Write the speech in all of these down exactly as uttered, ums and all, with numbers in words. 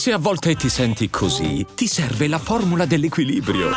Se a volte ti senti così, ti serve la formula dell'equilibrio.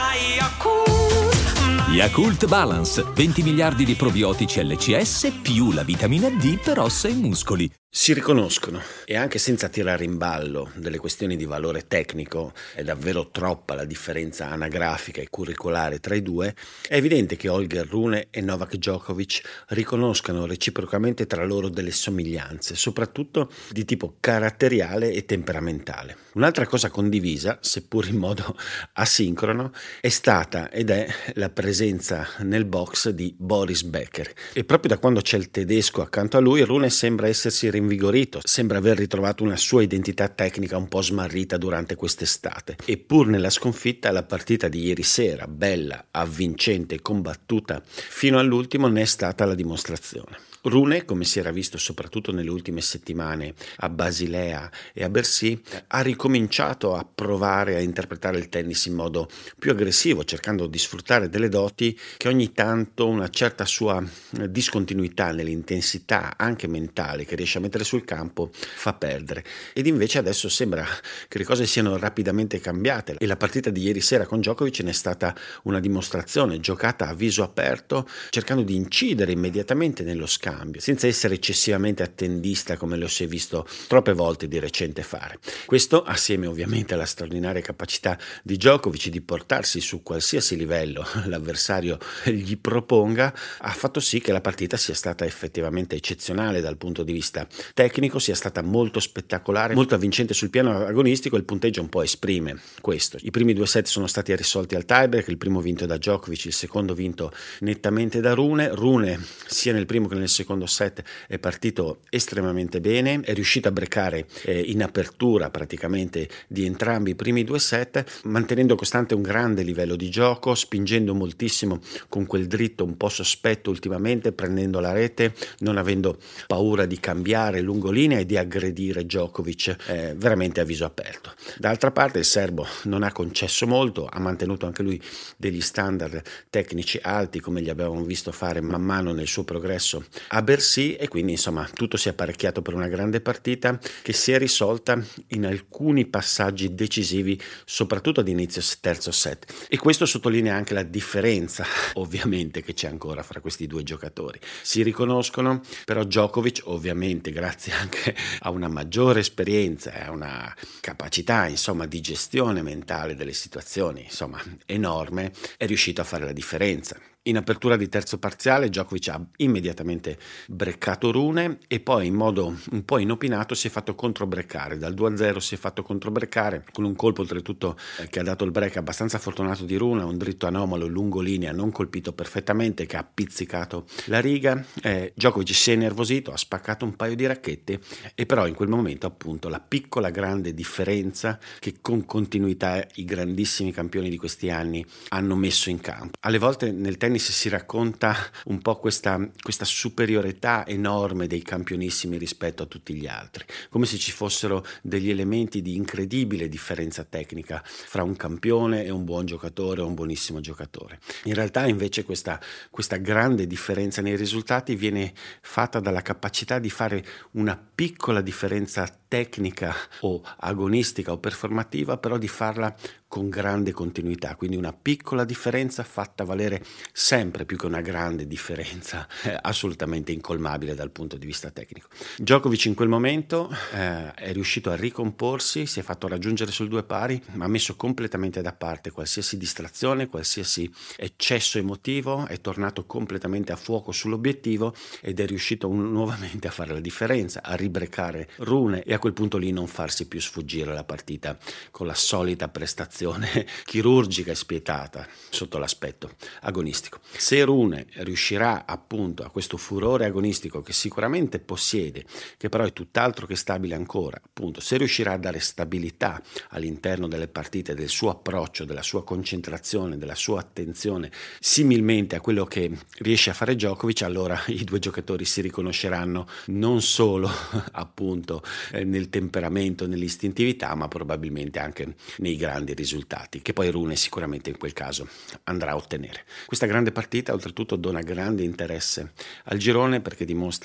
Yakult Balance, venti miliardi di probiotici L C S più la vitamina D per ossa e muscoli. Si riconoscono, e anche senza tirare in ballo delle questioni di valore tecnico, è davvero troppa la differenza anagrafica e curricolare tra i due. È evidente che Holger Rune e Novak Djokovic riconoscano reciprocamente tra loro delle somiglianze, soprattutto di tipo caratteriale e temperamentale. Un'altra cosa condivisa, seppur in modo asincrono, è stata ed è la presenza nel box di Boris Becker. E proprio da quando c'è il tedesco accanto a lui, Rune sembra essersi rinvigorito, sembra aver ritrovato una sua identità tecnica un po' smarrita durante quest'estate. E pur nella sconfitta, la partita di ieri sera, bella, avvincente e combattuta fino all'ultimo, ne è stata la dimostrazione. Rune, come si era visto soprattutto nelle ultime settimane a Basilea e a Bercy, ha ricominciato a provare a interpretare il tennis in modo più aggressivo, cercando di sfruttare delle doti che ogni tanto una certa sua discontinuità nell'intensità anche mentale che riesce a mettere sul campo fa perdere. Ed invece adesso sembra che le cose siano rapidamente cambiate e la partita di ieri sera con Djokovic ne è stata una dimostrazione, giocata a viso aperto, cercando di incidere immediatamente nello scambio, senza essere eccessivamente attendista come lo si è visto troppe volte di recente fare. Questo, assieme ovviamente alla straordinaria capacità di Djokovic di portarsi su qualsiasi livello l'avversario gli proponga, ha fatto sì che la partita sia stata effettivamente eccezionale dal punto di vista tecnico, sia stata molto spettacolare, molto avvincente sul piano agonistico, e il punteggio un po' esprime questo. I primi due set sono stati risolti al tiebreak, il primo vinto da Djokovic, il secondo vinto nettamente da Rune. Rune sia nel primo che nel secondo set è partito estremamente bene, è riuscito a breccare eh, in apertura praticamente di entrambi i primi due set, mantenendo costante un grande livello di gioco, spingendo moltissimo con quel dritto un po' sospetto ultimamente, prendendo la rete, non avendo paura di cambiare lungo linea e di aggredire Djokovic eh, veramente a viso aperto. D'altra parte il serbo non ha concesso molto, ha mantenuto anche lui degli standard tecnici alti come gli avevamo visto fare man mano nel suo progresso a Bercy, e quindi insomma tutto si è apparecchiato per una grande partita che si è risolta in alcuni passaggi decisivi, soprattutto ad inizio terzo set, e questo sottolinea anche la differenza ovviamente che c'è ancora fra questi due giocatori. Si riconoscono, però Djokovic ovviamente grazie anche a una maggiore esperienza e a una capacità insomma di gestione mentale delle situazioni insomma enorme, è riuscito a fare la differenza. In apertura di terzo parziale Djokovic ha immediatamente breccato Rune e poi in modo un po' inopinato si è fatto controbreccare, dal due a zero si è fatto controbreccare con un colpo oltretutto eh, che ha dato il break abbastanza fortunato di Rune, un dritto anomalo lungo linea non colpito perfettamente che ha pizzicato la riga. eh, Djokovic si è innervosito, ha spaccato un paio di racchette, e però in quel momento appunto la piccola grande differenza che con continuità i grandissimi campioni di questi anni hanno messo in campo. Alle volte nel tennis si racconta un po' questa, questa superiorità enorme dei campionissimi rispetto a tutti gli altri, come se ci fossero degli elementi di incredibile differenza tecnica fra un campione e un buon giocatore o un buonissimo giocatore. In realtà invece questa, questa grande differenza nei risultati viene fatta dalla capacità di fare una piccola differenza tecnica o agonistica o performativa, però di farla con grande continuità, quindi una piccola differenza fatta valere sempre più che una grande differenza eh, assolutamente incolmabile dal punto di vista tecnico. Djokovic in quel momento eh, è riuscito a ricomporsi, si è fatto raggiungere sul due pari, ma ha messo completamente da parte qualsiasi distrazione, qualsiasi eccesso emotivo, è tornato completamente a fuoco sull'obiettivo ed è riuscito un, nuovamente a fare la differenza, a ribreccare Rune e a quel punto lì non farsi più sfuggire la partita con la solita prestazione chirurgica e spietata sotto l'aspetto agonistico. Se Rune riuscirà appunto a questo furore agonistico che sicuramente possiede, che però è tutt'altro che stabile ancora, appunto, se riuscirà a dare stabilità all'interno delle partite, del suo approccio, della sua concentrazione, della sua attenzione, similmente a quello che riesce a fare Djokovic, allora i due giocatori si riconosceranno non solo appunto eh, nel temperamento, nell'istintività, ma probabilmente anche nei grandi risultati che poi Rune sicuramente in quel caso andrà a ottenere. Questa grande partita oltretutto dona grande interesse al girone perché dimostra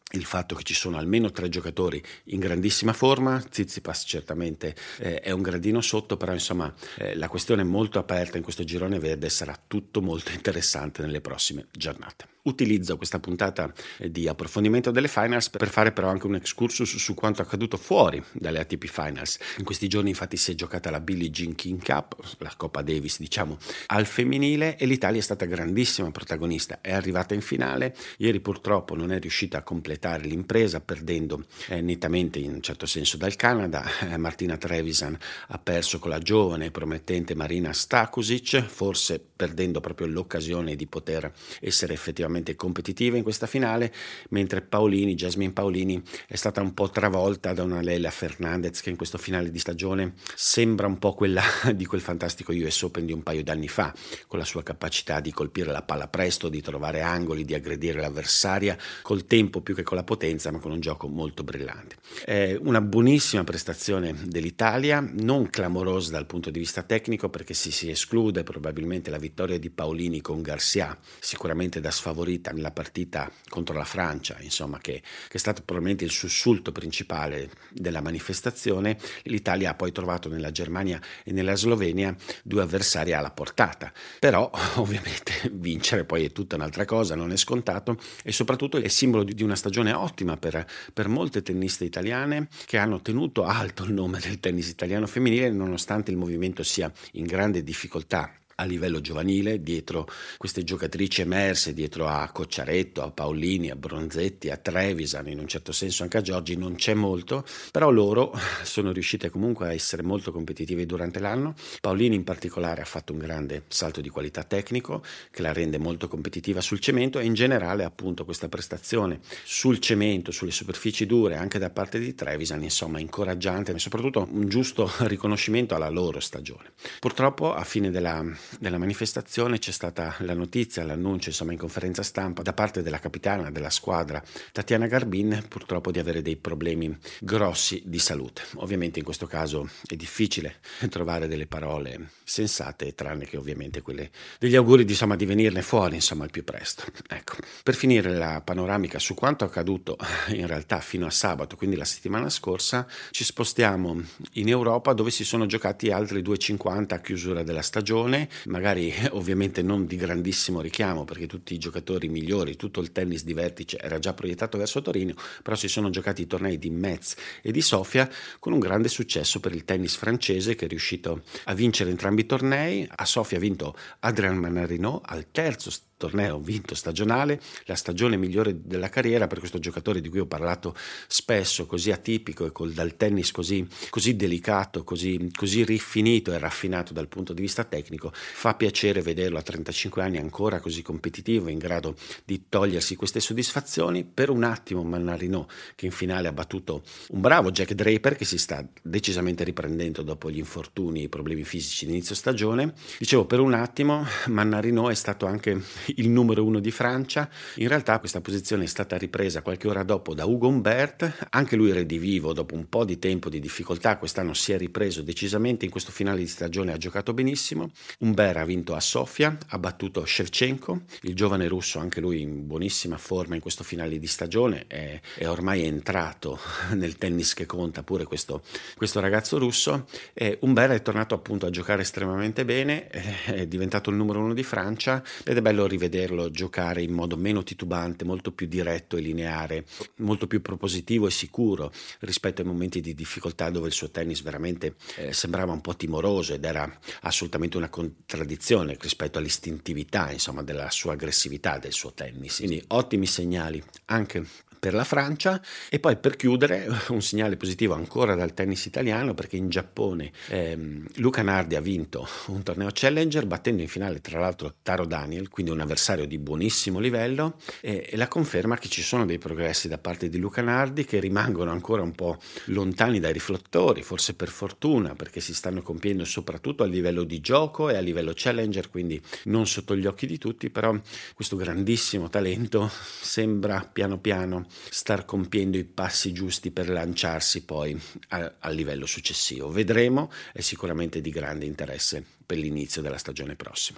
il fatto che ci sono almeno tre giocatori in grandissima forma. Tsitsipas certamente eh, è un gradino sotto, però insomma eh, la questione è molto aperta in questo girone verde, sarà tutto molto interessante nelle prossime giornate. Utilizzo questa puntata eh, di approfondimento delle finals per fare però anche un excursus su quanto accaduto fuori dalle A T P Finals. In questi giorni infatti si è giocata la Billie Jean King Cup, la Coppa Davis diciamo al femminile, e l'Italia è stata grandissima protagonista, è arrivata in finale. Ieri purtroppo non è riuscita a completare l'impresa, perdendo eh, nettamente in un certo senso dal Canada. eh, Martina Trevisan ha perso con la giovane e promettente Marina Stakusic, forse perdendo proprio l'occasione di poter essere effettivamente competitiva in questa finale, mentre Paolini, Jasmine Paolini, è stata un po' travolta da una Leila Fernandez che in questo finale di stagione sembra un po' quella di quel fantastico U S Open di un paio d'anni fa, con la sua capacità di colpire la palla presto, di trovare angoli, di aggredire l'avversaria col tempo più che con la potenza, ma con un gioco molto brillante. È una buonissima prestazione dell'Italia, non clamorosa dal punto di vista tecnico, perché si, si esclude probabilmente la vittoria di Paolini con Garcia, sicuramente da sfavorita nella partita contro la Francia, insomma, che, che è stato probabilmente il sussulto principale della manifestazione. L'Italia ha poi trovato nella Germania e nella Slovenia due avversari alla portata, però ovviamente vincere poi è tutta un'altra cosa, non è scontato, e soprattutto è simbolo di una stagione ottima per, per molte tenniste italiane che hanno tenuto alto il nome del tennis italiano femminile nonostante il movimento sia in grande difficoltà a livello giovanile, dietro queste giocatrici emerse, dietro a Cocciaretto, a Paolini, a Bronzetti, a Trevisan, in un certo senso anche a Giorgi, non c'è molto, però loro sono riuscite comunque a essere molto competitive durante l'anno. Paolini in particolare ha fatto un grande salto di qualità tecnico che la rende molto competitiva sul cemento, e in generale appunto questa prestazione sul cemento, sulle superfici dure anche da parte di Trevisan, insomma incoraggiante, e soprattutto un giusto riconoscimento alla loro stagione. Purtroppo a fine della Nella manifestazione c'è stata la notizia, l'annuncio insomma in conferenza stampa da parte della capitana della squadra Tatiana Garbin, purtroppo di avere dei problemi grossi di salute. Ovviamente in questo caso è difficile trovare delle parole sensate, tranne che ovviamente quelle degli auguri di, insomma, di venirne fuori insomma al più presto. Ecco, per finire la panoramica su quanto accaduto in realtà fino a sabato, quindi la settimana scorsa, ci spostiamo in Europa, dove si sono giocati altri due cinquanta a chiusura della stagione, magari ovviamente non di grandissimo richiamo perché tutti i giocatori migliori, tutto il tennis di vertice era già proiettato verso Torino, però si sono giocati i tornei di Metz e di Sofia con un grande successo per il tennis francese, che è riuscito a vincere entrambi i tornei. A Sofia ha vinto Adrian Mannarino al terzo torneo vinto stagionale, la stagione migliore della carriera per questo giocatore di cui ho parlato spesso, così atipico e col, dal tennis così, così delicato, così, così rifinito e raffinato dal punto di vista tecnico. Fa piacere vederlo a trentacinque anni ancora così competitivo, in grado di togliersi queste soddisfazioni. Per un attimo Mannarino, che in finale ha battuto un bravo Jack Draper che si sta decisamente riprendendo dopo gli infortuni e i problemi fisici di inizio stagione, dicevo per un attimo Mannarino è stato anche il numero uno di Francia. In realtà questa posizione è stata ripresa qualche ora dopo da Hugo Humbert, anche lui redivivo dopo un po' di tempo di difficoltà, quest'anno si è ripreso decisamente, in questo finale di stagione ha giocato benissimo. Humbert ha vinto a Sofia, ha battuto Shevchenko, il giovane russo, anche lui in buonissima forma in questo finale di stagione, è, è ormai entrato nel tennis che conta pure questo, questo ragazzo russo. E Humbert è tornato appunto a giocare estremamente bene, è diventato il numero uno di Francia ed è bello rivederlo giocare in modo meno titubante, molto più diretto e lineare, molto più propositivo e sicuro rispetto ai momenti di difficoltà dove il suo tennis veramente eh, sembrava un po' timoroso ed era assolutamente una contraddizione rispetto all'istintività, insomma, della sua aggressività del suo tennis. Quindi ottimi segnali anche per la Francia. E poi per chiudere un segnale positivo ancora dal tennis italiano, perché in Giappone ehm, Luca Nardi ha vinto un torneo Challenger battendo in finale tra l'altro Taro Daniel, quindi un avversario di buonissimo livello, e, e la conferma che ci sono dei progressi da parte di Luca Nardi che rimangono ancora un po' lontani dai riflettori, forse per fortuna, perché si stanno compiendo soprattutto a livello di gioco e a livello Challenger, quindi non sotto gli occhi di tutti, però questo grandissimo talento sembra piano piano star compiendo i passi giusti per lanciarsi poi a, al livello successivo. Vedremo, è sicuramente di grande interesse per l'inizio della stagione prossima.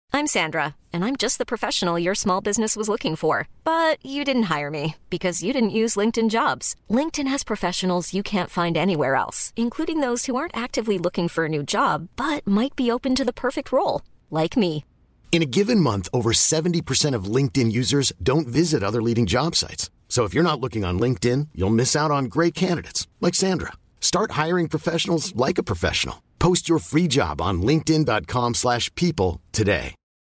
I'm Sandra, and I'm just the professional your small business was looking for. But you didn't hire me because you didn't use LinkedIn Jobs. LinkedIn has professionals you can't find anywhere else, including those who aren't actively looking for a new job, but might be open to the perfect role, like me. In a given month, over seventy percent of LinkedIn users don't visit other leading job sites. So if you're not looking on LinkedIn, you'll miss out on great candidates, like Sandra. Start hiring professionals like a professional. Post your free job on linkedin dot com slash people today.